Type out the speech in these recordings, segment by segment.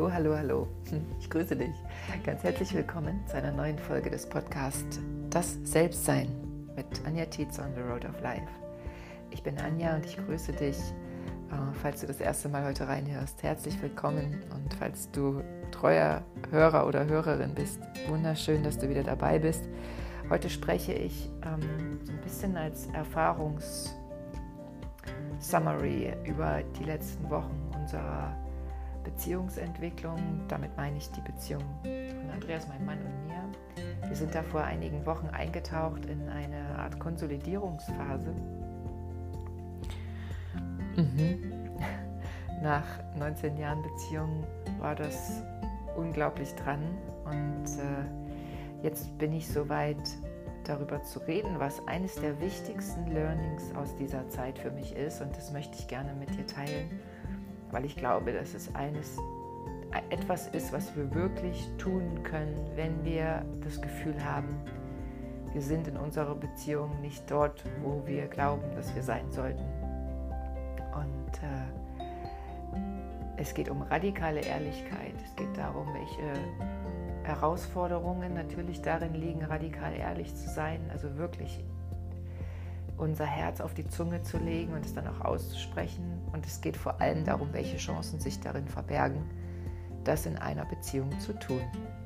Hallo, hallo, hallo. Ich grüße dich. Ganz herzlich willkommen zu einer neuen Folge des Podcasts Das Selbstsein mit Anja Tietz on the Road of Life. Ich bin Anja und ich grüße dich. Falls du das erste Mal heute reinhörst, herzlich willkommen. Und falls du treuer Hörer oder Hörerin bist, wunderschön, dass du wieder dabei bist. Heute spreche ich so ein bisschen als Erfahrungs-Summary über die letzten Wochen unserer Beziehungsentwicklung. Damit meine ich die Beziehung von Andreas, meinem Mann, und mir. Wir sind da vor einigen Wochen eingetaucht in eine Art Konsolidierungsphase. Nach 19 Jahren Beziehung war das unglaublich dran und jetzt bin ich soweit, darüber zu reden, was eines der wichtigsten Learnings aus dieser Zeit für mich ist, und das möchte ich gerne mit dir teilen, weil ich glaube, dass es etwas ist, was wir wirklich tun können, wenn wir das Gefühl haben, wir sind in unserer Beziehung nicht dort, wo wir glauben, dass wir sein sollten. Und es geht um radikale Ehrlichkeit. Es geht darum, welche Herausforderungen natürlich darin liegen, radikal ehrlich zu sein, also wirklich unser Herz auf die Zunge zu legen und es dann auch auszusprechen. Und es geht vor allem darum, welche Chancen sich darin verbergen, das in einer Beziehung zu tun.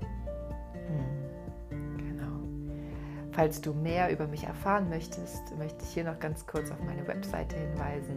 Genau. Falls du mehr über mich erfahren möchtest, möchte ich hier noch ganz kurz auf meine Webseite hinweisen,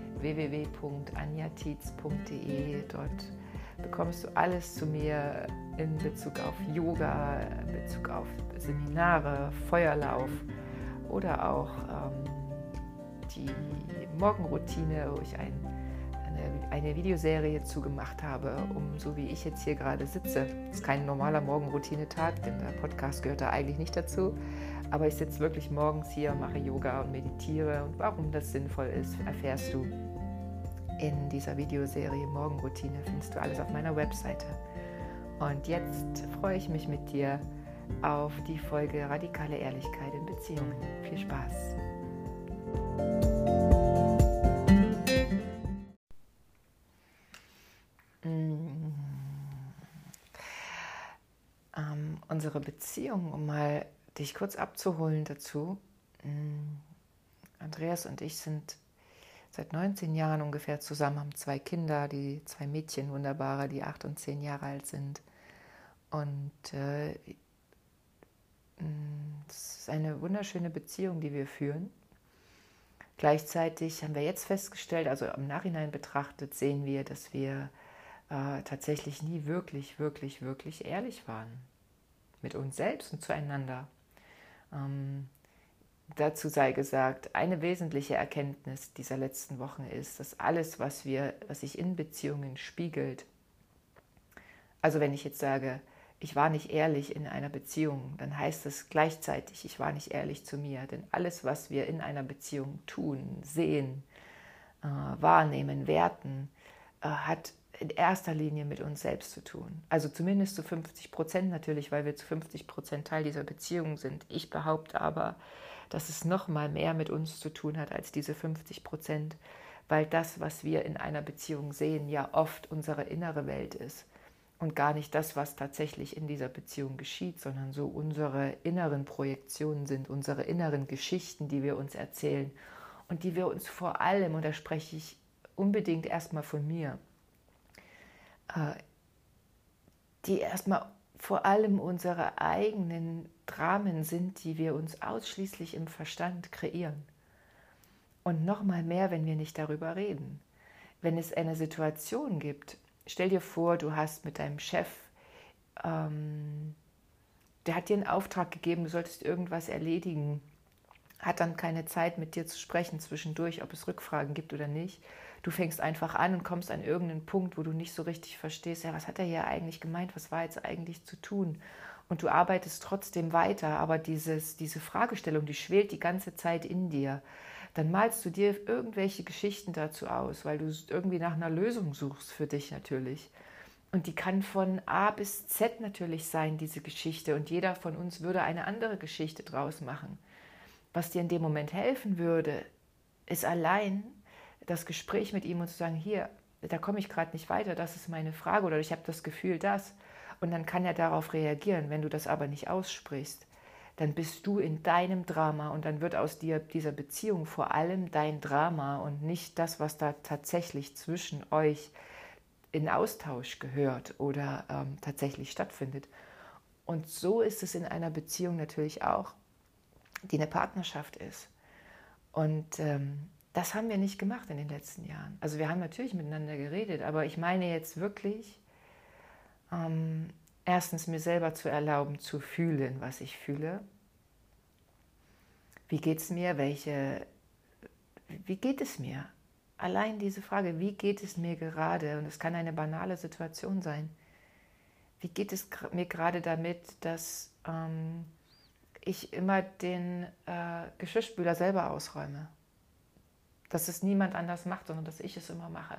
www.anjatietz.de. Dort bekommst du alles zu mir in Bezug auf Yoga, in Bezug auf Seminare, Feuerlauf oder auch die Morgenroutine, wo ich eine Videoserie zugemacht habe, so wie ich jetzt hier gerade sitze. Das ist kein normaler Morgenroutine-Tag, denn der Podcast gehört da eigentlich nicht dazu. Aber ich sitze wirklich morgens hier, mache Yoga und meditiere. Und warum das sinnvoll ist, erfährst du in dieser Videoserie Morgenroutine. Findest du alles auf meiner Webseite. Und jetzt freue ich mich mit dir auf die Folge Radikale Ehrlichkeit in Beziehungen. Viel Spaß! Unsere Beziehung, um mal dich kurz abzuholen dazu. Andreas und ich sind seit 19 Jahren ungefähr zusammen, haben 2 Kinder, die 2 Mädchen, wunderbare, die 8 und 10 Jahre alt sind. Und es ist eine wunderschöne Beziehung, die wir führen. Gleichzeitig haben wir jetzt festgestellt, also im Nachhinein betrachtet, sehen wir, dass wir tatsächlich nie wirklich, wirklich, wirklich ehrlich waren. Mit uns selbst und zueinander. Dazu sei gesagt, eine wesentliche Erkenntnis dieser letzten Wochen ist, dass alles, was sich in Beziehungen spiegelt, also wenn ich jetzt sage, ich war nicht ehrlich in einer Beziehung, dann heißt es gleichzeitig, ich war nicht ehrlich zu mir. Denn alles, was wir in einer Beziehung tun, sehen, wahrnehmen, werten, hat in erster Linie mit uns selbst zu tun. Also zumindest zu 50% natürlich, weil wir zu 50% Teil dieser Beziehung sind. Ich behaupte aber, dass es noch mal mehr mit uns zu tun hat als diese 50%, weil das, was wir in einer Beziehung sehen, ja oft unsere innere Welt ist und gar nicht das, was tatsächlich in dieser Beziehung geschieht, sondern so unsere inneren Projektionen sind, unsere inneren Geschichten, die wir uns erzählen und die wir uns vor allem, und da spreche ich unbedingt erstmal von mir, die erstmal vor allem unsere eigenen Dramen sind, die wir uns ausschließlich im Verstand kreieren. Und noch mal mehr, wenn wir nicht darüber reden. Wenn es eine Situation gibt, stell dir vor, du hast mit deinem Chef, der hat dir einen Auftrag gegeben, du solltest irgendwas erledigen, hat dann keine Zeit mit dir zu sprechen zwischendurch, ob es Rückfragen gibt oder nicht. Du fängst einfach an und kommst an irgendeinen Punkt, wo du nicht so richtig verstehst, ja, was hat er hier eigentlich gemeint, was war jetzt eigentlich zu tun? Und du arbeitest trotzdem weiter, aber diese Fragestellung, die schwelt die ganze Zeit in dir. Dann malst du dir irgendwelche Geschichten dazu aus, weil du irgendwie nach einer Lösung suchst für dich natürlich. Und die kann von A bis Z natürlich sein, diese Geschichte. Und jeder von uns würde eine andere Geschichte draus machen. Was dir in dem Moment helfen würde, ist allein das Gespräch mit ihm und zu sagen, hier, da komme ich gerade nicht weiter, das ist meine Frage oder ich habe das Gefühl, das. Und dann kann er darauf reagieren. Wenn du das aber nicht aussprichst, dann bist du in deinem Drama und dann wird aus dir, dieser Beziehung vor allem dein Drama und nicht das, was da tatsächlich zwischen euch in Austausch gehört oder tatsächlich stattfindet. Und so ist es in einer Beziehung natürlich auch, die eine Partnerschaft ist. Und das haben wir nicht gemacht in den letzten Jahren. Also wir haben natürlich miteinander geredet, aber ich meine jetzt wirklich, erstens mir selber zu erlauben, zu fühlen, was ich fühle. Wie geht es mir? Wie geht es mir? Allein diese Frage, wie geht es mir gerade? Und es kann eine banale Situation sein. Wie geht es mir gerade damit, dass ich immer den Geschirrspüler selber ausräume? Dass es niemand anders macht, sondern dass ich es immer mache.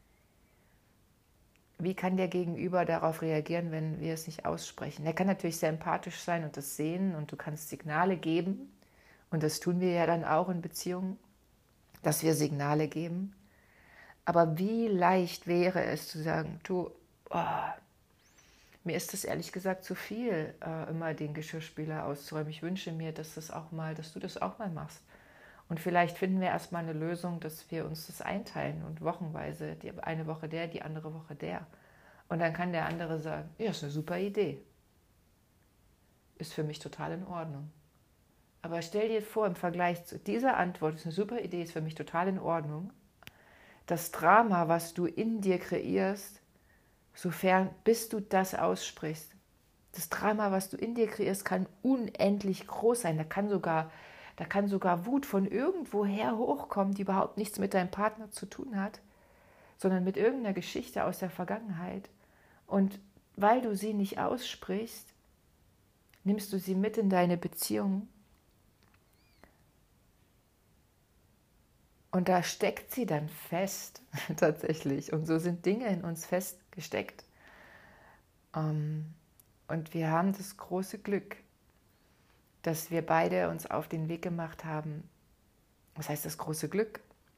Wie kann der Gegenüber darauf reagieren, wenn wir es nicht aussprechen? Er kann natürlich sehr empathisch sein und das sehen und du kannst Signale geben. Und das tun wir ja dann auch in Beziehungen, dass wir Signale geben. Aber wie leicht wäre es zu sagen, du, mir ist das ehrlich gesagt zu viel, immer den Geschirrspüler auszuräumen. Ich wünsche mir, dass du das auch mal machst. Und vielleicht finden wir erstmal eine Lösung, dass wir uns das einteilen und wochenweise, die eine Woche der, die andere Woche der. Und dann kann der andere sagen, ja, ist eine super Idee. Ist für mich total in Ordnung. Aber stell dir vor, im Vergleich zu dieser Antwort, ist eine super Idee, ist für mich total in Ordnung, das Drama, was du in dir kreierst, bis du das aussprichst, das Drama, was du in dir kreierst, kann unendlich groß sein. Da kann sogar Wut von irgendwoher hochkommen, die überhaupt nichts mit deinem Partner zu tun hat, sondern mit irgendeiner Geschichte aus der Vergangenheit. Und weil du sie nicht aussprichst, nimmst du sie mit in deine Beziehung. Und da steckt sie dann fest, tatsächlich. Und so sind Dinge in uns festgesteckt. Und wir haben das große Glück, dass wir beide uns auf den Weg gemacht haben. Was heißt das große Glück?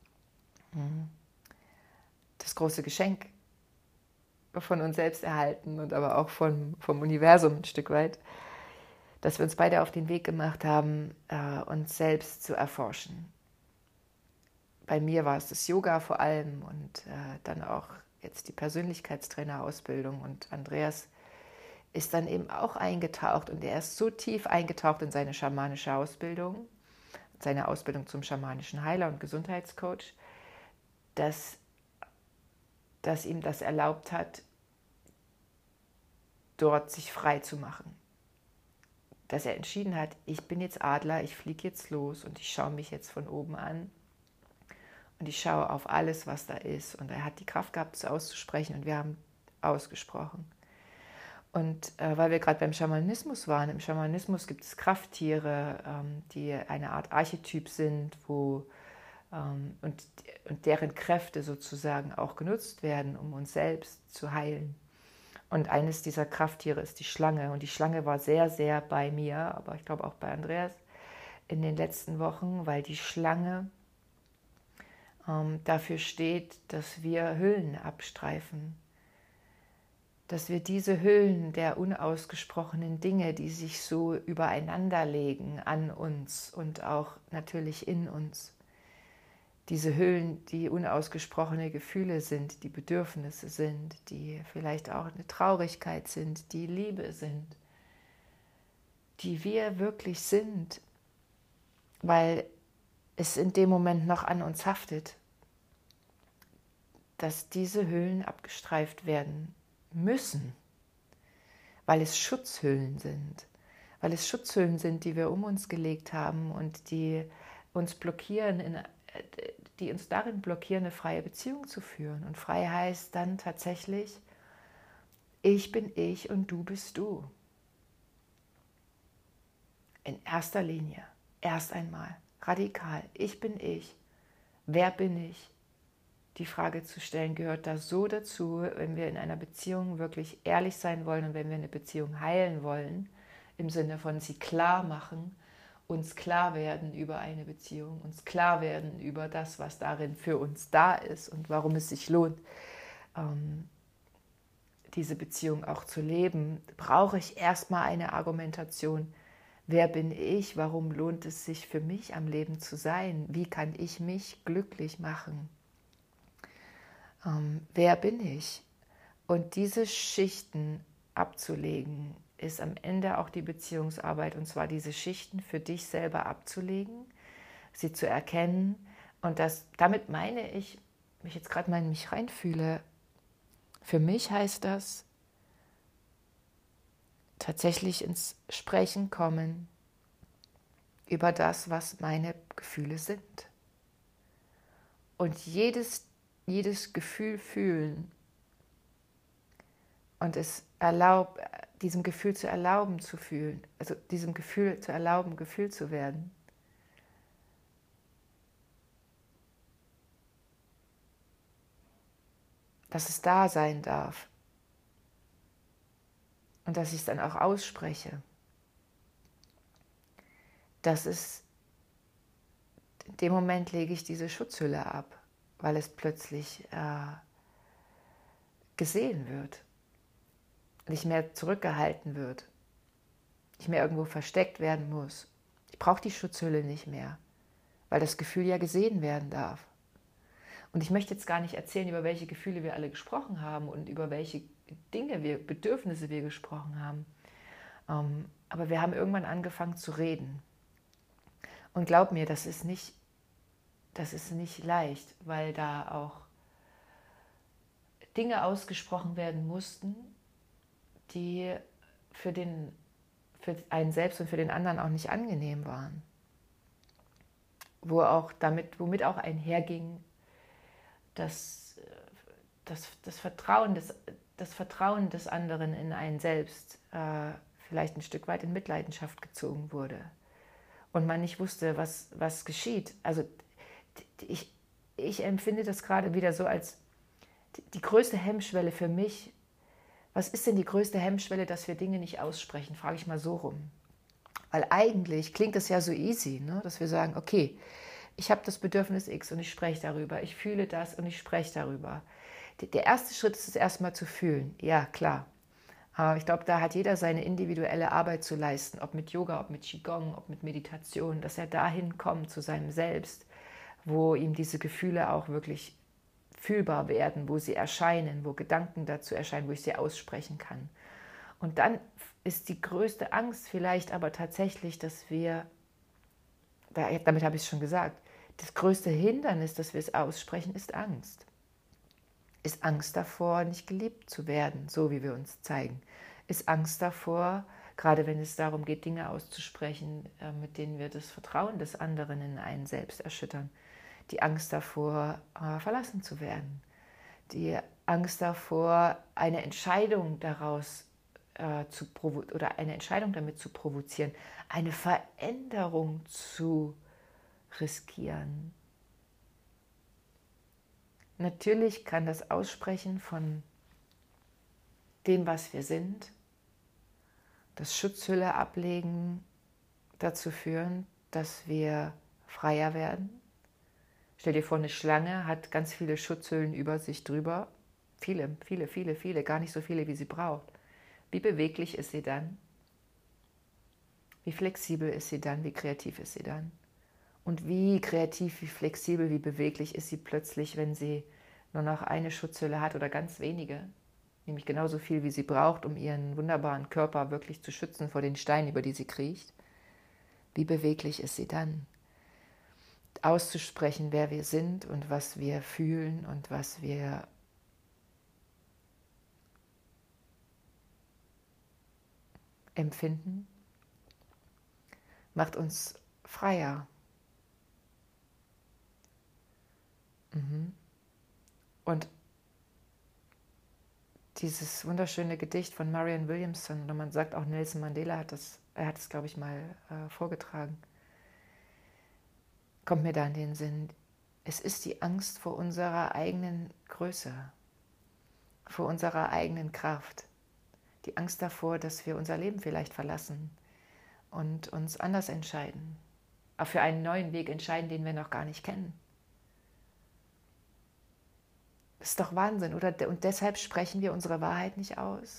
Das große Geschenk von uns selbst erhalten und aber auch vom Universum ein Stück weit, dass wir uns beide auf den Weg gemacht haben, uns selbst zu erforschen. Bei mir war es das Yoga vor allem und dann auch jetzt die Persönlichkeitstrainerausbildung und Andreas ist dann eben auch eingetaucht und er ist so tief eingetaucht in seine schamanische Ausbildung, seine Ausbildung zum schamanischen Heiler und Gesundheitscoach, dass ihm das erlaubt hat, dort sich frei zu machen. Dass er entschieden hat, ich bin jetzt Adler, ich fliege jetzt los und ich schaue mich jetzt von oben an und ich schaue auf alles, was da ist. Und er hat die Kraft gehabt, es auszusprechen und wir haben ausgesprochen. Und weil wir gerade beim Schamanismus waren, im Schamanismus gibt es Krafttiere, die eine Art Archetyp sind, und deren Kräfte sozusagen auch genutzt werden, um uns selbst zu heilen. Und eines dieser Krafttiere ist die Schlange. Und die Schlange war sehr, sehr bei mir, aber ich glaube auch bei Andreas in den letzten Wochen, weil die Schlange dafür steht, dass wir Hüllen abstreifen. Dass wir diese Hüllen der unausgesprochenen Dinge, die sich so übereinander legen an uns und auch natürlich in uns, diese Hüllen, die unausgesprochene Gefühle sind, die Bedürfnisse sind, die vielleicht auch eine Traurigkeit sind, die Liebe sind, die wir wirklich sind, weil es in dem Moment noch an uns haftet, dass diese Hüllen abgestreift werden müssen, weil es Schutzhüllen sind, die wir um uns gelegt haben und die uns blockieren, die uns darin blockieren, eine freie Beziehung zu führen. Und frei heißt dann tatsächlich, ich bin ich und du bist du. In erster Linie, erst einmal, radikal, ich bin ich, wer bin ich? Die Frage zu stellen, gehört da so dazu, wenn wir in einer Beziehung wirklich ehrlich sein wollen und wenn wir eine Beziehung heilen wollen, im Sinne von sie klar machen, uns klar werden über eine Beziehung, uns klar werden über das, was darin für uns da ist und warum es sich lohnt, diese Beziehung auch zu leben, brauche ich erstmal eine Argumentation. Wer bin ich? Warum lohnt es sich für mich am Leben zu sein? Wie kann ich mich glücklich machen? Wer bin ich? Und diese Schichten abzulegen, ist am Ende auch die Beziehungsarbeit. Und zwar diese Schichten für dich selber abzulegen, sie zu erkennen. Und damit meine ich, wenn ich jetzt gerade mal in mich reinfühle, für mich heißt das, tatsächlich ins Sprechen kommen über das, was meine Gefühle sind. Und jedes Gefühl fühlen und es diesem Gefühl zu erlauben zu fühlen, also diesem Gefühl zu erlauben, gefühlt zu werden. Dass es da sein darf und dass ich es dann auch ausspreche. In dem Moment lege ich diese Schutzhülle ab, weil es plötzlich gesehen wird, nicht mehr zurückgehalten wird, nicht mehr irgendwo versteckt werden muss. Ich brauche die Schutzhülle nicht mehr, weil das Gefühl ja gesehen werden darf. Und ich möchte jetzt gar nicht erzählen, über welche Gefühle wir alle gesprochen haben und über welche Bedürfnisse wir gesprochen haben. Aber wir haben irgendwann angefangen zu reden. Und glaub mir, das ist nicht leicht, weil da auch Dinge ausgesprochen werden mussten, die für einen selbst und für den anderen auch nicht angenehm waren. Womit auch einherging, das Vertrauen des anderen in einen selbst vielleicht ein Stück weit in Mitleidenschaft gezogen wurde. Und man nicht wusste, was geschieht. Also ich empfinde das gerade wieder so als die größte Hemmschwelle für mich. Was ist denn die größte Hemmschwelle, dass wir Dinge nicht aussprechen? Frage ich mal so rum. Weil eigentlich klingt es ja so easy, ne? Dass wir sagen, okay, ich habe das Bedürfnis X und ich spreche darüber. Ich fühle das und ich spreche darüber. Der erste Schritt ist es erstmal zu fühlen. Ja, klar. Aber ich glaube, da hat jeder seine individuelle Arbeit zu leisten, ob mit Yoga, ob mit Qigong, ob mit Meditation, dass er dahin kommt zu seinem Selbst, wo ihm diese Gefühle auch wirklich fühlbar werden, wo sie erscheinen, wo Gedanken dazu erscheinen, wo ich sie aussprechen kann. Und dann ist die größte Angst vielleicht aber tatsächlich, dass wir, damit habe ich es schon gesagt, das größte Hindernis, dass wir es aussprechen, ist Angst. Ist Angst davor, nicht geliebt zu werden, so wie wir uns zeigen. Ist Angst davor, gerade wenn es darum geht, Dinge auszusprechen, mit denen wir das Vertrauen des anderen in einen selbst erschüttern. Die Angst davor, verlassen zu werden. Die Angst davor, eine Entscheidung eine Entscheidung damit zu provozieren, eine Veränderung zu riskieren. Natürlich kann das Aussprechen von dem, was wir sind, das Schutzhülle ablegen, dazu führen, dass wir freier werden. Stell dir vor, eine Schlange hat ganz viele Schutzhüllen über sich drüber. Viele, gar nicht so viele, wie sie braucht. Wie beweglich ist sie dann? Wie flexibel ist sie dann? Wie kreativ ist sie dann? Und wie kreativ, wie flexibel, wie beweglich ist sie plötzlich, wenn sie nur noch eine Schutzhülle hat oder ganz wenige, nämlich genauso viel, wie sie braucht, um ihren wunderbaren Körper wirklich zu schützen vor den Steinen, über die sie kriecht. Wie beweglich ist sie dann? Auszusprechen, wer wir sind und was wir fühlen und was wir empfinden, macht uns freier. Und dieses wunderschöne Gedicht von Marianne Williamson, oder man sagt auch Nelson Mandela hat es, glaube ich, mal vorgetragen, kommt mir da in den Sinn. Es ist die Angst vor unserer eigenen Größe, vor unserer eigenen Kraft. Die Angst davor, dass wir unser Leben vielleicht verlassen und uns anders entscheiden, auch für einen neuen Weg entscheiden, den wir noch gar nicht kennen. Das ist doch Wahnsinn, oder? Und deshalb sprechen wir unsere Wahrheit nicht aus.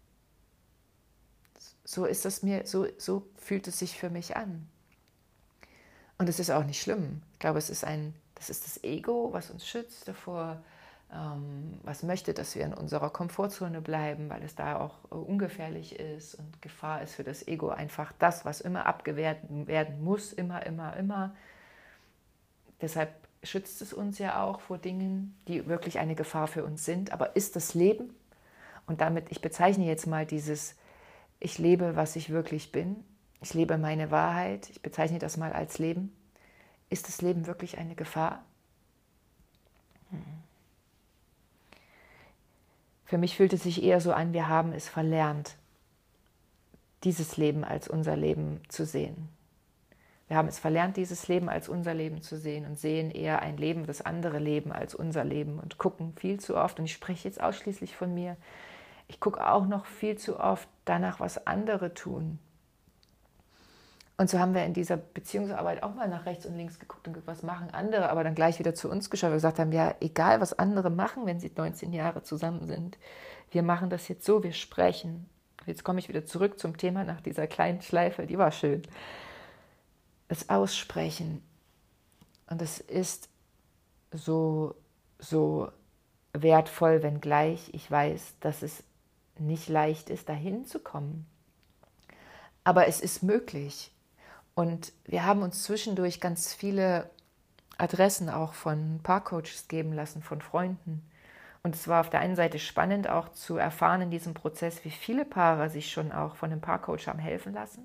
So ist es mir, so fühlt es sich für mich an. Und es ist auch nicht schlimm. Ich glaube, das ist das Ego, was uns schützt davor, was möchte, dass wir in unserer Komfortzone bleiben, weil es da auch ungefährlich ist und Gefahr ist für das Ego einfach das, was immer abgewehrt werden muss, immer. Deshalb schützt es uns ja auch vor Dingen, die wirklich eine Gefahr für uns sind. Aber ist das Leben, und damit, ich bezeichne jetzt mal dieses, ich lebe, was ich wirklich bin, ich lebe meine Wahrheit, ich bezeichne das mal als Leben. Ist das Leben wirklich eine Gefahr? Für mich fühlt es sich eher so an, wir haben es verlernt, dieses Leben als unser Leben zu sehen. Wir haben es verlernt, dieses Leben als unser Leben zu sehen und sehen eher ein Leben, das andere Leben als unser Leben und gucken viel zu oft, und ich spreche jetzt ausschließlich von mir, ich gucke auch noch viel zu oft danach, was andere tun. Und so haben wir in dieser Beziehungsarbeit auch mal nach rechts und links geguckt und geguckt, was machen andere, aber dann gleich wieder zu uns geschaut und gesagt haben, ja, egal was andere machen, wenn sie 19 Jahre zusammen sind, wir machen das jetzt so, wir sprechen. Jetzt komme ich wieder zurück zum Thema nach dieser kleinen Schleife, die war schön. Das Aussprechen. Und es ist so wertvoll, wenngleich ich weiß, dass es nicht leicht ist, dahin zu kommen. Aber es ist möglich. Und wir haben uns zwischendurch ganz viele Adressen auch von Paarcoaches geben lassen, von Freunden. Und es war auf der einen Seite spannend auch zu erfahren in diesem Prozess, wie viele Paare sich schon auch von einem Paarcoach haben helfen lassen,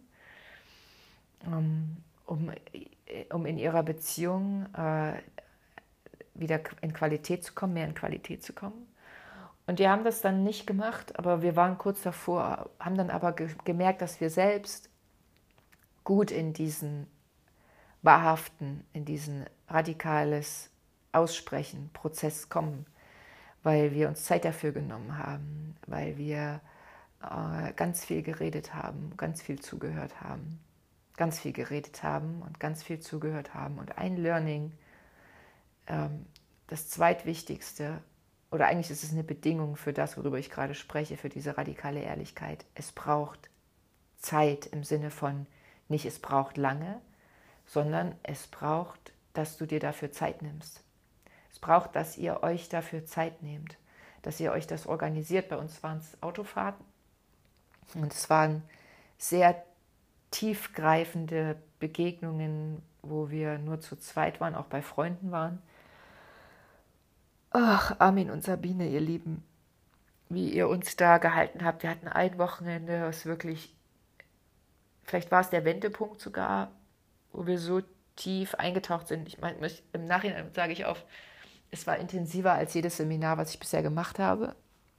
um in ihrer Beziehung wieder in Qualität zu kommen, mehr in Qualität zu kommen. Und die haben das dann nicht gemacht, aber wir waren kurz davor, haben dann aber gemerkt, dass wir selbst gut in diesen wahrhaften, in diesen radikales Aussprechen, Prozess kommen, weil wir uns Zeit dafür genommen haben, weil wir ganz viel geredet haben, ganz viel zugehört haben, ganz viel geredet haben und ganz viel zugehört haben. Und ein Learning, das zweitwichtigste, oder eigentlich ist es eine Bedingung für das, worüber ich gerade spreche, für diese radikale Ehrlichkeit. Es braucht Zeit im Sinne von nicht, es braucht lange, sondern es braucht, dass du dir dafür Zeit nimmst. Es braucht, dass ihr euch dafür Zeit nehmt, dass ihr euch das organisiert. Bei uns waren es Autofahrten und es waren sehr tiefgreifende Begegnungen, wo wir nur zu zweit waren, auch bei Freunden waren. Ach, Armin und Sabine, ihr Lieben, wie ihr uns da gehalten habt. Wir hatten ein Wochenende, was wirklich, vielleicht war es der Wendepunkt sogar, wo wir so tief eingetaucht sind. Ich meine, im Nachhinein sage ich oft, es war intensiver als jedes Seminar, was ich bisher gemacht habe.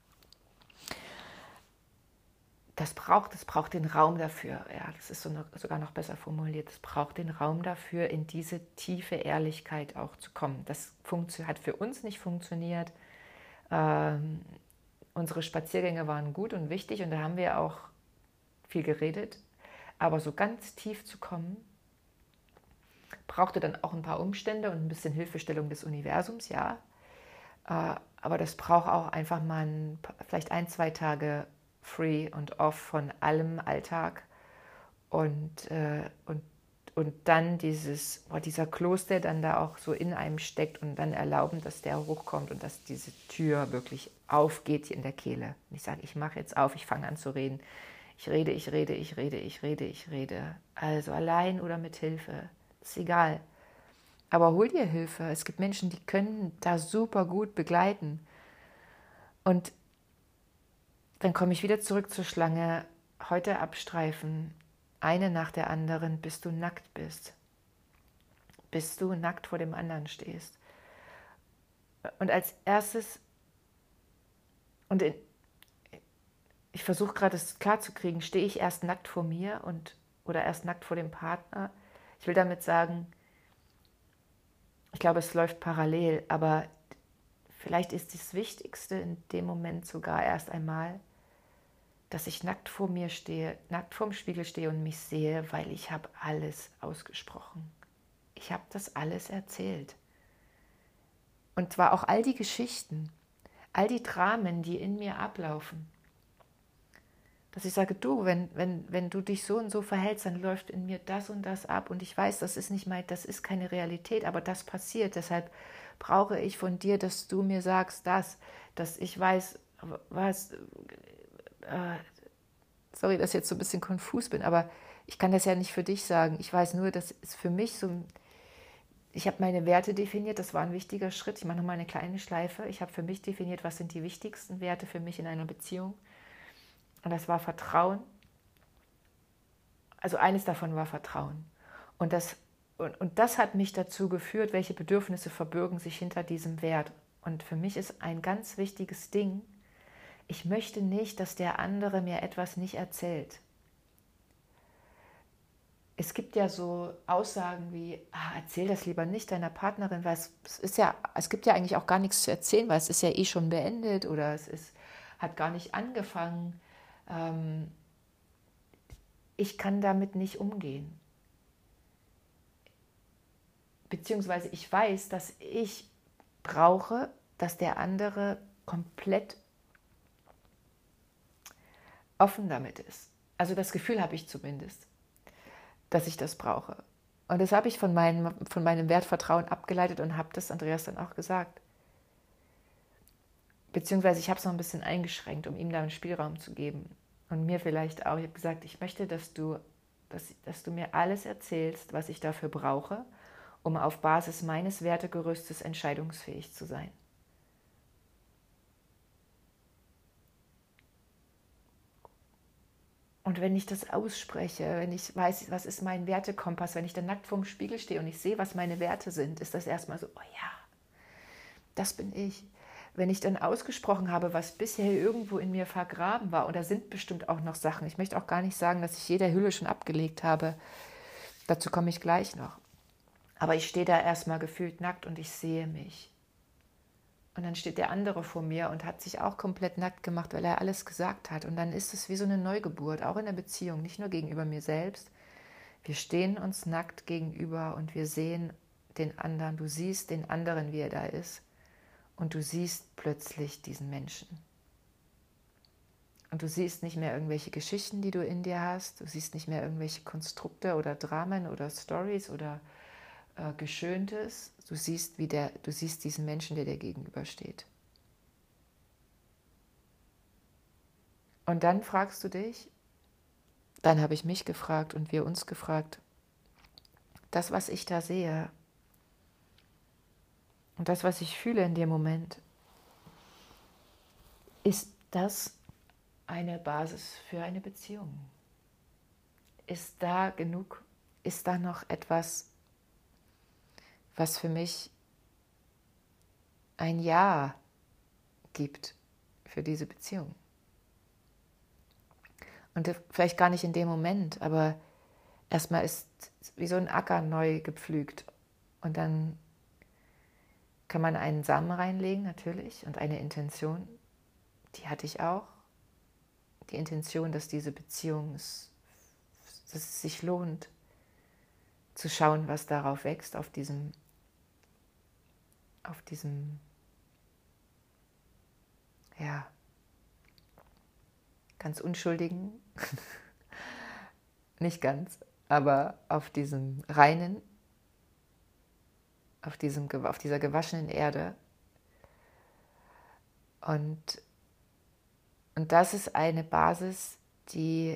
Das braucht den Raum dafür. Ja, das ist sogar noch besser formuliert. Es braucht den Raum dafür, in diese tiefe Ehrlichkeit auch zu kommen. Das hat für uns nicht funktioniert. Unsere Spaziergänge waren gut und wichtig und da haben wir auch viel geredet. Aber so ganz tief zu kommen, brauchte dann auch ein paar Umstände und ein bisschen Hilfestellung des Universums, ja. Aber das braucht auch einfach mal vielleicht 1-2 Tage free und off von allem Alltag und dann dieser Kloß, der dann da auch so in einem steckt und dann erlauben, dass der hochkommt und dass diese Tür wirklich aufgeht in der Kehle. Und ich sage, ich mache jetzt auf, ich fange an zu reden. Ich rede. Also allein oder mit Hilfe, ist egal. Aber hol dir Hilfe. Es gibt Menschen, die können da super gut begleiten. Und dann komme ich wieder zurück zur Schlange. Heute abstreifen, eine nach der anderen, bis du nackt bist. Bis du nackt vor dem anderen stehst. Und als erstes, ich versuche gerade es klarzukriegen, stehe ich erst nackt vor mir oder erst nackt vor dem Partner. Ich will damit sagen, ich glaube, es läuft parallel, aber vielleicht ist das Wichtigste in dem Moment sogar erst einmal, dass ich nackt vor mir stehe, nackt vorm Spiegel stehe und mich sehe, weil ich habe alles ausgesprochen. Ich habe das alles erzählt. Und zwar auch all die Geschichten. all die Dramen, die in mir ablaufen, dass ich sage, du, wenn du dich so und so verhältst, dann läuft in mir das und das ab und ich weiß, das ist nicht mein, das ist keine Realität, aber das passiert. Deshalb brauche ich von dir, dass du mir sagst, dass ich weiß, was, sorry, dass ich jetzt so ein bisschen konfus bin, aber ich kann das ja nicht für dich sagen. Ich weiß nur, dass es für mich so, ich habe meine Werte definiert, das war ein wichtiger Schritt. Ich mache nochmal eine kleine Schleife. Ich habe für mich definiert, was sind die wichtigsten Werte für mich in einer Beziehung. Und das war Vertrauen. Also eines davon war Vertrauen. Und das hat mich dazu geführt, welche Bedürfnisse verbirgen sich hinter diesem Wert. Und für mich ist ein ganz wichtiges Ding, ich möchte nicht, dass der andere mir etwas nicht erzählt. Es gibt ja so Aussagen wie, erzähl das lieber nicht deiner Partnerin, weil es gibt ja eigentlich auch gar nichts zu erzählen, weil es ist ja eh schon beendet oder hat gar nicht angefangen. Ich kann damit nicht umgehen. Beziehungsweise ich weiß, dass ich brauche, dass der andere komplett offen damit ist. Also das Gefühl habe ich zumindest, dass ich das brauche. Und das habe ich von meinem Wert Vertrauen abgeleitet und habe das Andreas dann auch gesagt. Beziehungsweise ich habe es noch ein bisschen eingeschränkt, um ihm da einen Spielraum zu geben. Und mir vielleicht auch. Ich habe gesagt, ich möchte, dass du mir alles erzählst, was ich dafür brauche, um auf Basis meines Wertegerüstes entscheidungsfähig zu sein. Und wenn ich das ausspreche, wenn ich weiß, was ist mein Wertekompass, wenn ich dann nackt vorm Spiegel stehe und ich sehe, was meine Werte sind, ist das erstmal so, oh ja, das bin ich. Wenn ich dann ausgesprochen habe, was bisher irgendwo in mir vergraben war, und da sind bestimmt auch noch Sachen, ich möchte auch gar nicht sagen, dass ich jede Hülle schon abgelegt habe, dazu komme ich gleich noch. Aber ich stehe da erstmal gefühlt nackt und ich sehe mich. Und dann steht der andere vor mir und hat sich auch komplett nackt gemacht, weil er alles gesagt hat. Und dann ist es wie so eine Neugeburt, auch in der Beziehung, nicht nur gegenüber mir selbst. Wir stehen uns nackt gegenüber und wir sehen den anderen. Du siehst den anderen, wie er da ist. Und du siehst plötzlich diesen Menschen. Und du siehst nicht mehr irgendwelche Geschichten, die du in dir hast. Du siehst nicht mehr irgendwelche Konstrukte oder Dramen oder Stories oder Geschöntes. Du siehst diesen Menschen, der dir gegenübersteht. Und dann fragst du dich, dann habe ich mich gefragt und wir uns gefragt, das, was ich da sehe und das, was ich fühle in dem Moment, ist das eine Basis für eine Beziehung? Ist da genug? Ist da noch etwas, was für mich ein Ja gibt für diese Beziehung? Und vielleicht gar nicht in dem Moment, aber erstmal ist wie so ein Acker neu gepflügt. Und dann kann man einen Samen reinlegen, natürlich, und eine Intention, die hatte ich auch. Die Intention, dass diese Beziehung, dass es sich lohnt, zu schauen, was darauf wächst, auf diesem ja, ganz unschuldigen, nicht ganz, aber auf diesem reinen, auf dieser gewaschenen Erde. Und das ist eine Basis, die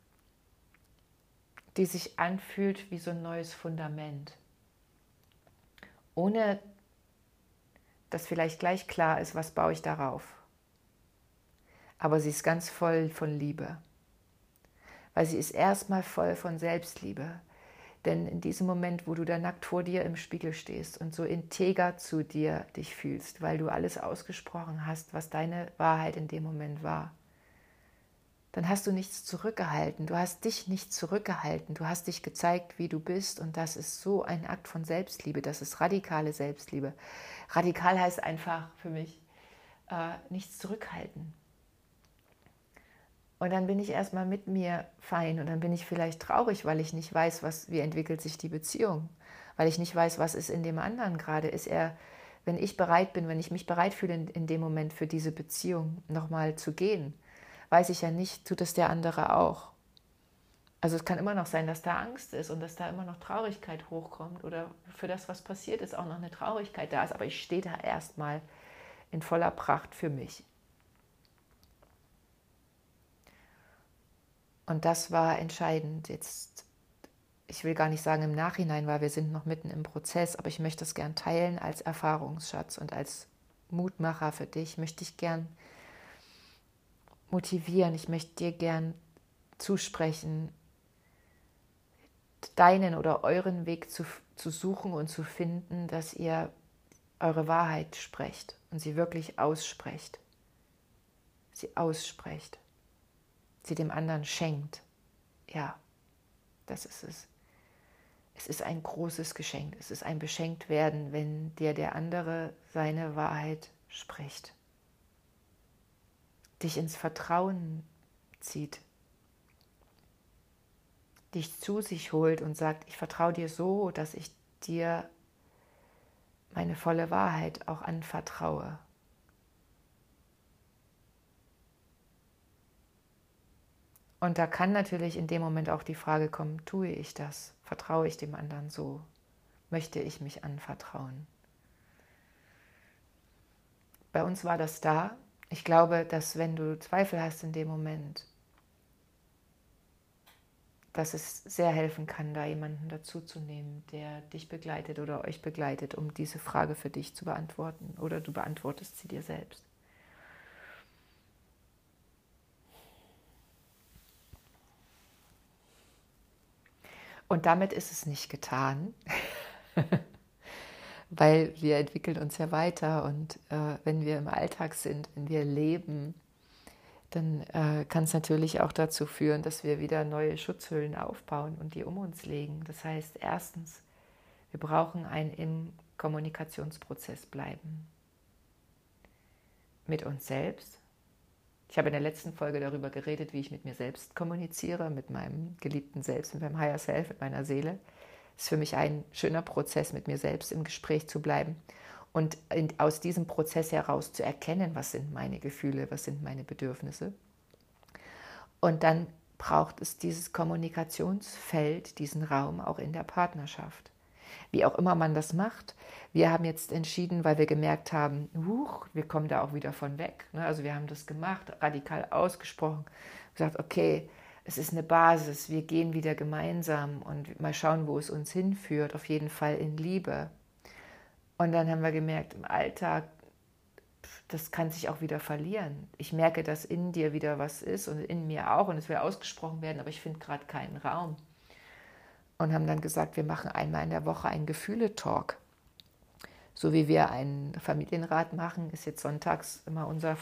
sich anfühlt wie so ein neues Fundament. Ohne dass vielleicht gleich klar ist, was baue ich darauf. Aber sie ist ganz voll von Liebe. Weil sie ist erstmal voll von Selbstliebe. Denn in diesem Moment, wo du da nackt vor dir im Spiegel stehst und so integer zu dir dich fühlst, weil du alles ausgesprochen hast, was deine Wahrheit in dem Moment war, dann hast du nichts zurückgehalten. Du hast dich nicht zurückgehalten. Du hast dich gezeigt, wie du bist. Und das ist so ein Akt von Selbstliebe. Das ist radikale Selbstliebe. Radikal heißt einfach für mich, nichts zurückhalten. Und dann bin ich erstmal mit mir fein und dann bin ich vielleicht traurig, weil ich nicht weiß, wie entwickelt sich die Beziehung. Weil ich nicht weiß, was ist in dem anderen gerade. Ist er wenn ich bereit bin, wenn ich mich bereit fühle, in dem Moment für diese Beziehung nochmal zu gehen, weiß ich ja nicht, tut es der andere auch. Also es kann immer noch sein, dass da Angst ist und dass da immer noch Traurigkeit hochkommt oder für das, was passiert ist, auch noch eine Traurigkeit da ist. Aber ich stehe da erstmal in voller Pracht für mich. Und das war entscheidend. Jetzt, ich will gar nicht sagen im Nachhinein, weil wir sind noch mitten im Prozess, aber ich möchte es gern teilen als Erfahrungsschatz und als Mutmacher für dich. Möchte ich gern motivieren. Ich möchte dir gern zusprechen, deinen oder euren Weg zu suchen und zu finden, dass ihr eure Wahrheit sprecht und sie wirklich aussprecht. Sie aussprecht. Sie dem anderen schenkt. Ja, das ist es. Es ist ein großes Geschenk. Es ist ein Beschenktwerden, wenn dir der andere seine Wahrheit spricht. Dich ins Vertrauen zieht. Dich zu sich holt und sagt, ich vertraue dir so, dass ich dir meine volle Wahrheit auch anvertraue. Und da kann natürlich in dem Moment auch die Frage kommen, tue ich das? Vertraue ich dem anderen so? Möchte ich mich anvertrauen? Bei uns war das da. Ich glaube, dass wenn du Zweifel hast in dem Moment, dass es sehr helfen kann, da jemanden dazuzunehmen, der dich begleitet oder euch begleitet, um diese Frage für dich zu beantworten. Oder du beantwortest sie dir selbst. Und damit ist es nicht getan, weil wir entwickeln uns ja weiter und wenn wir im Alltag sind, wenn wir leben, dann kann es natürlich auch dazu führen, dass wir wieder neue Schutzhüllen aufbauen und die um uns legen. Das heißt, erstens, wir brauchen ein im Kommunikationsprozess bleiben. Mit uns selbst. Ich habe in der letzten Folge darüber geredet, wie ich mit mir selbst kommuniziere, mit meinem geliebten Selbst, mit meinem Higher Self, mit meiner Seele. Es ist für mich ein schöner Prozess, mit mir selbst im Gespräch zu bleiben und aus diesem Prozess heraus zu erkennen, was sind meine Gefühle, was sind meine Bedürfnisse. Und dann braucht es dieses Kommunikationsfeld, diesen Raum auch in der Partnerschaft. Wie auch immer man das macht. Wir haben jetzt entschieden, weil wir gemerkt haben, wir kommen da auch wieder von weg. Also wir haben das gemacht, radikal ausgesprochen, gesagt, okay, es ist eine Basis, wir gehen wieder gemeinsam und mal schauen, wo es uns hinführt, auf jeden Fall in Liebe. Und dann haben wir gemerkt, im Alltag, das kann sich auch wieder verlieren. Ich merke, dass in dir wieder was ist und in mir auch und es will ausgesprochen werden, aber ich finde gerade keinen Raum. Und haben dann gesagt, wir machen einmal in der Woche einen Gefühle-Talk. So wie wir einen Familienrat machen, ist jetzt sonntags immer unser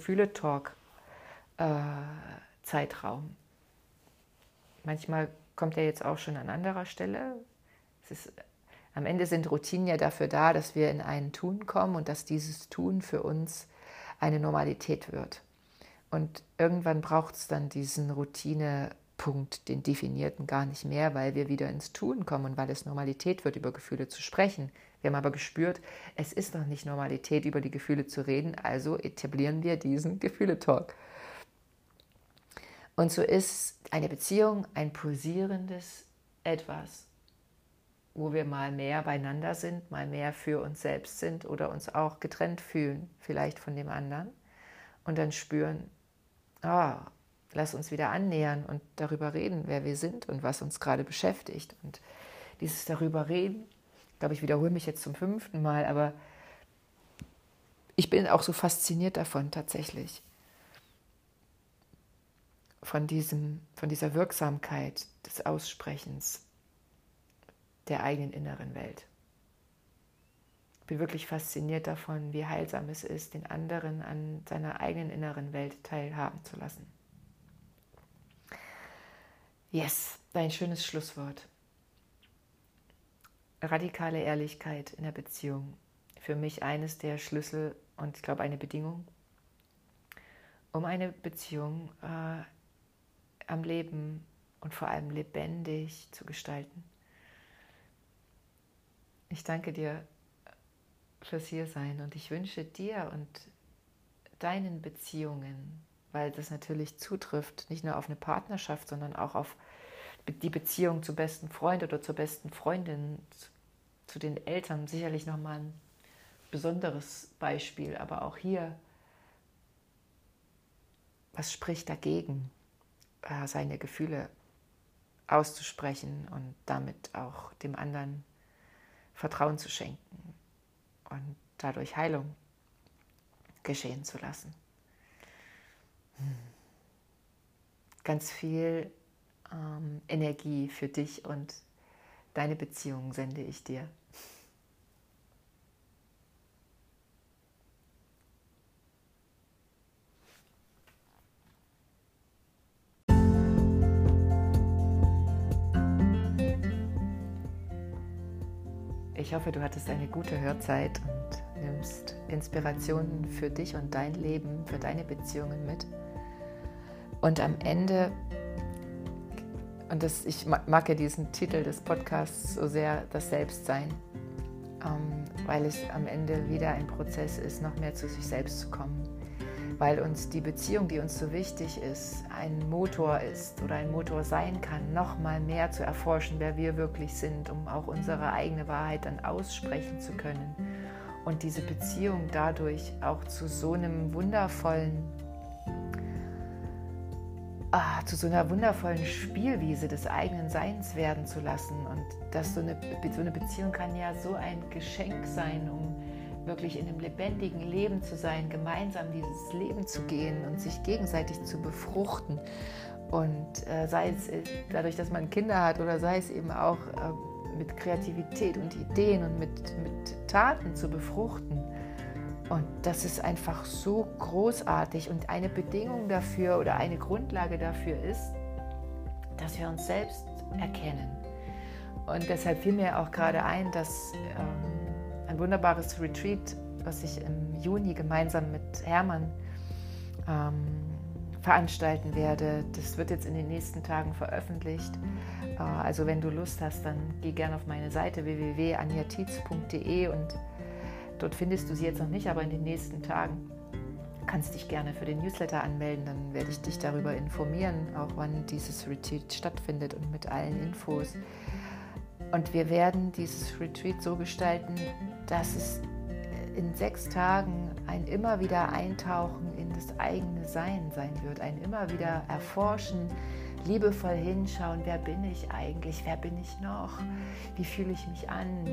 Gefühle-Talk-Zeitraum. Manchmal kommt er jetzt auch schon an anderer Stelle. Am Ende sind Routinen ja dafür da, dass wir in ein Tun kommen und dass dieses Tun für uns eine Normalität wird. Und irgendwann braucht es dann diesen Routinepunkt, den definierten gar nicht mehr, weil wir wieder ins Tun kommen und weil es Normalität wird, über Gefühle zu sprechen. Wir haben aber gespürt, es ist noch nicht Normalität, über die Gefühle zu reden, also etablieren wir diesen Gefühle-Talk. Und so ist eine Beziehung ein pulsierendes Etwas, wo wir mal mehr beieinander sind, mal mehr für uns selbst sind oder uns auch getrennt fühlen, vielleicht von dem anderen. Und dann spüren, lass uns wieder annähern und darüber reden, wer wir sind und was uns gerade beschäftigt. Und dieses darüber reden, ich glaube, ich wiederhole mich jetzt zum 5. Mal, aber ich bin auch so fasziniert davon tatsächlich. Von dieser Wirksamkeit des Aussprechens der eigenen inneren Welt. Ich bin wirklich fasziniert davon, wie heilsam es ist, den anderen an seiner eigenen inneren Welt teilhaben zu lassen. Yes, ein schönes Schlusswort. Radikale Ehrlichkeit in der Beziehung. Für mich eines der Schlüssel und ich glaube eine Bedingung, um eine Beziehung am Leben und vor allem lebendig zu gestalten. Ich danke dir fürs Hiersein. Und ich wünsche dir und deinen Beziehungen, weil das natürlich zutrifft, nicht nur auf eine Partnerschaft, sondern auch auf die Beziehung zum besten Freund oder zur besten Freundin, zu den Eltern, sicherlich nochmal ein besonderes Beispiel, aber auch hier, was spricht dagegen, seine Gefühle auszusprechen und damit auch dem anderen Vertrauen zu schenken und dadurch Heilung geschehen zu lassen. Ganz viel Energie für dich und deine Beziehung sende ich dir. Ich hoffe, du hattest eine gute Hörzeit und nimmst Inspirationen für dich und dein Leben, für deine Beziehungen mit. Und am Ende, und ich mag ja diesen Titel des Podcasts so sehr, das Selbstsein, weil es am Ende wieder ein Prozess ist, noch mehr zu sich selbst zu kommen. Weil uns die Beziehung, die uns so wichtig ist, ein Motor ist oder ein Motor sein kann, noch mal mehr zu erforschen, wer wir wirklich sind, um auch unsere eigene Wahrheit dann aussprechen zu können. Und diese Beziehung dadurch auch zu so einem wundervollen, einer wundervollen Spielwiese des eigenen Seins werden zu lassen. Und so eine Beziehung kann ja so ein Geschenk sein, um wirklich in einem lebendigen Leben zu sein, gemeinsam dieses Leben zu gehen und sich gegenseitig zu befruchten. Und sei es dadurch, dass man Kinder hat oder sei es eben auch mit Kreativität und Ideen und mit Taten zu befruchten. Und das ist einfach so großartig und eine Bedingung dafür oder eine Grundlage dafür ist, dass wir uns selbst erkennen. Und deshalb fiel mir auch gerade ein, dass ein wunderbares Retreat, was ich im Juni gemeinsam mit Hermann veranstalten werde. Das wird jetzt in den nächsten Tagen veröffentlicht. Also wenn du Lust hast, dann geh gerne auf meine Seite www.anjatietz.de und dort findest du sie jetzt noch nicht, aber in den nächsten Tagen kannst dich gerne für den Newsletter anmelden. Dann werde ich dich darüber informieren, auch wann dieses Retreat stattfindet und mit allen Infos. Und wir werden dieses Retreat so gestalten, dass es in 6 Tagen ein immer wieder Eintauchen in das eigene Sein wird. Ein immer wieder Erforschen, liebevoll hinschauen, wer bin ich eigentlich, wer bin ich noch, wie fühle ich mich an,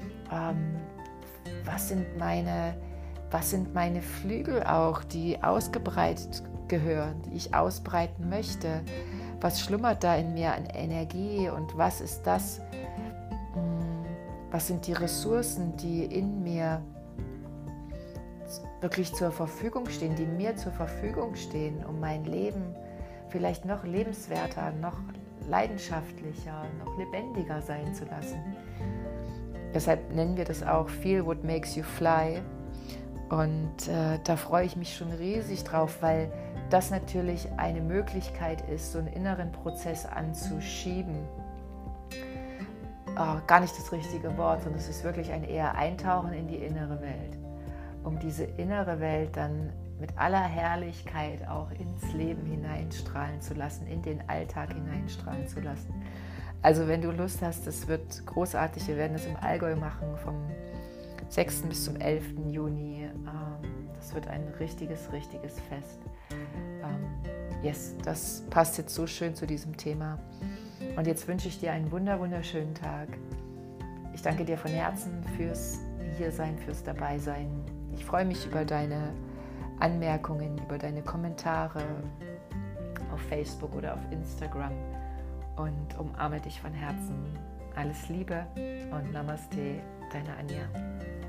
was sind meine Flügel auch, die ausgebreitet gehören, die ich ausbreiten möchte, was schlummert da in mir an Energie und was ist das, was sind die Ressourcen, die in mir wirklich zur Verfügung stehen, die mir zur Verfügung stehen, um mein Leben vielleicht noch lebenswerter, noch leidenschaftlicher, noch lebendiger sein zu lassen. Deshalb nennen wir das auch Feel What Makes You Fly. Und da freue ich mich schon riesig drauf, weil das natürlich eine Möglichkeit ist, so einen inneren Prozess anzuschieben. Gar nicht das richtige Wort, sondern es ist wirklich ein eher Eintauchen in die innere Welt, um diese innere Welt dann mit aller Herrlichkeit auch ins Leben hineinstrahlen zu lassen, in den Alltag hineinstrahlen zu lassen. Also wenn du Lust hast, das wird großartig, wir werden es im Allgäu machen, vom 6. bis zum 11. Juni. Das wird ein richtiges Fest. Yes, das passt jetzt so schön zu diesem Thema. Und jetzt wünsche ich dir einen wunderschönen Tag. Ich danke dir von Herzen fürs Hiersein, fürs Dabeisein. Ich freue mich über deine Anmerkungen, über deine Kommentare auf Facebook oder auf Instagram und umarme dich von Herzen. Alles Liebe und Namaste, deine Anja.